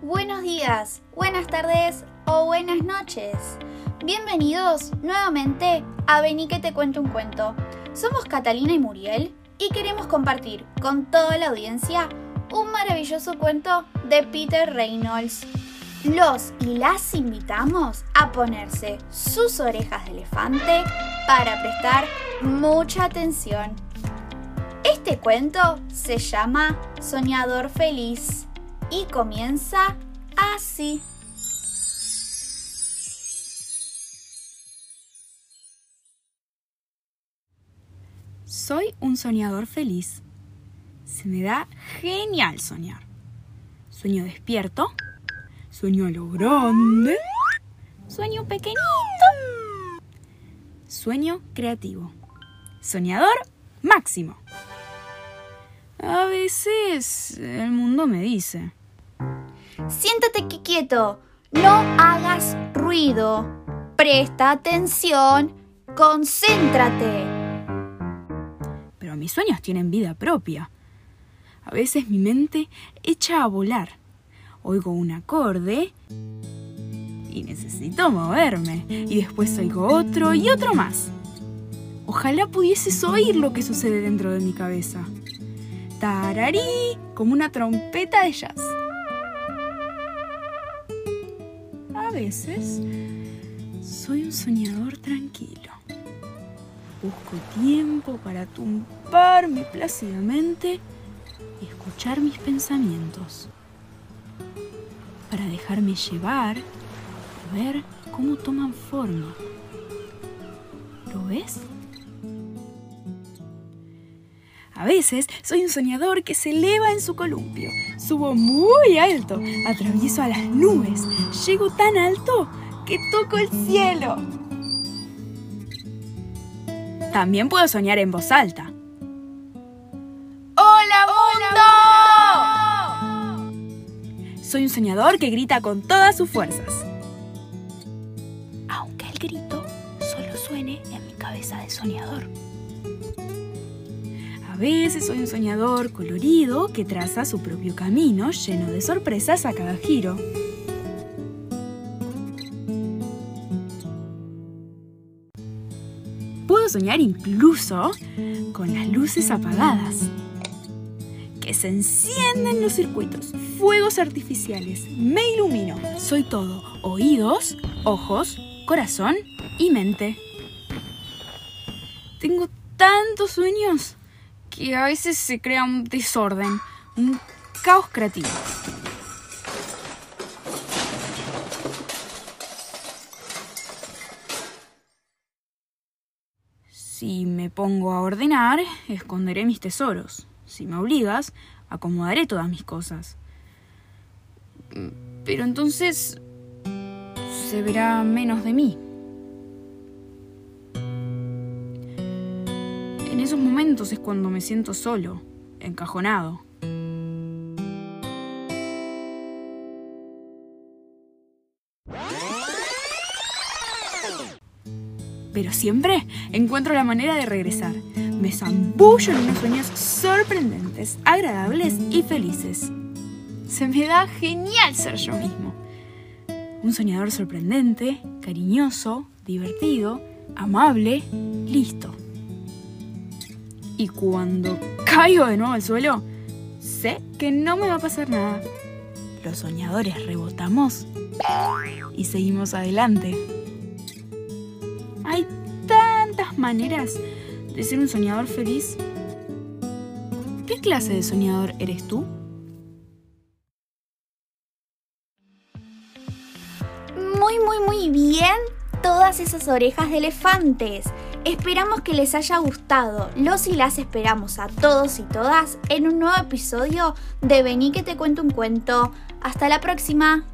Buenos días, buenas tardes o buenas noches. Bienvenidos nuevamente a Vení que te cuento un cuento. Somos Catalina y Muriel y queremos compartir con toda la audiencia un maravilloso cuento de Peter Reynolds. Los y las invitamos a ponerse sus orejas de elefante para prestar mucha atención. Este cuento se llama Soñador Feliz y comienza así. Soy un soñador feliz. Se me da genial soñar. Sueño despierto, sueño a lo grande, sueño pequeñito, sueño creativo, soñador máximo. A veces el mundo me dice: siéntate quieto, no hagas ruido, presta atención, concéntrate. Pero mis sueños tienen vida propia. A veces mi mente echa a volar. Oigo un acorde y necesito moverme. Y después oigo otro y otro más. Ojalá pudieses oír lo que sucede dentro de mi cabeza. Tararí, como una trompeta de jazz. A veces soy un soñador tranquilo. Busco tiempo para tumbarme plácidamente y escuchar mis pensamientos. Para dejarme llevar y ver cómo toman forma. ¿Lo ves? A veces soy un soñador que se eleva en su columpio. Subo muy alto, atravieso a las nubes. Llego tan alto que toco el cielo. También puedo soñar en voz alta. ¡Hola, mundo! Soy un soñador que grita con todas sus fuerzas. Aunque el grito solo suene en mi cabeza de soñador. A veces soy un soñador colorido que traza su propio camino lleno de sorpresas a cada giro. Puedo soñar incluso con las luces apagadas, que se encienden los circuitos, fuegos artificiales, me ilumino. Soy todo oídos, ojos, corazón y mente. Tengo tantos sueños que a veces se crea un desorden, un caos creativo. Si me pongo a ordenar, esconderé mis tesoros. Si me obligas, acomodaré todas mis cosas. Pero entonces se verá menos de mí. En esos momentos es cuando me siento solo, encajonado. Pero siempre encuentro la manera de regresar. Me zambullo en unos sueños sorprendentes, agradables y felices. Se me da genial ser yo mismo. Un soñador sorprendente, cariñoso, divertido, amable, listo. Y cuando caigo de nuevo al suelo, sé que no me va a pasar nada. Los soñadores rebotamos y seguimos adelante. Hay tantas maneras de ser un soñador feliz. ¿Qué clase de soñador eres tú? Muy bien todas esas orejas de elefantes. Esperamos que les haya gustado. Los y las esperamos a todos y todas en un nuevo episodio de Vení que te cuento un cuento. Hasta la próxima.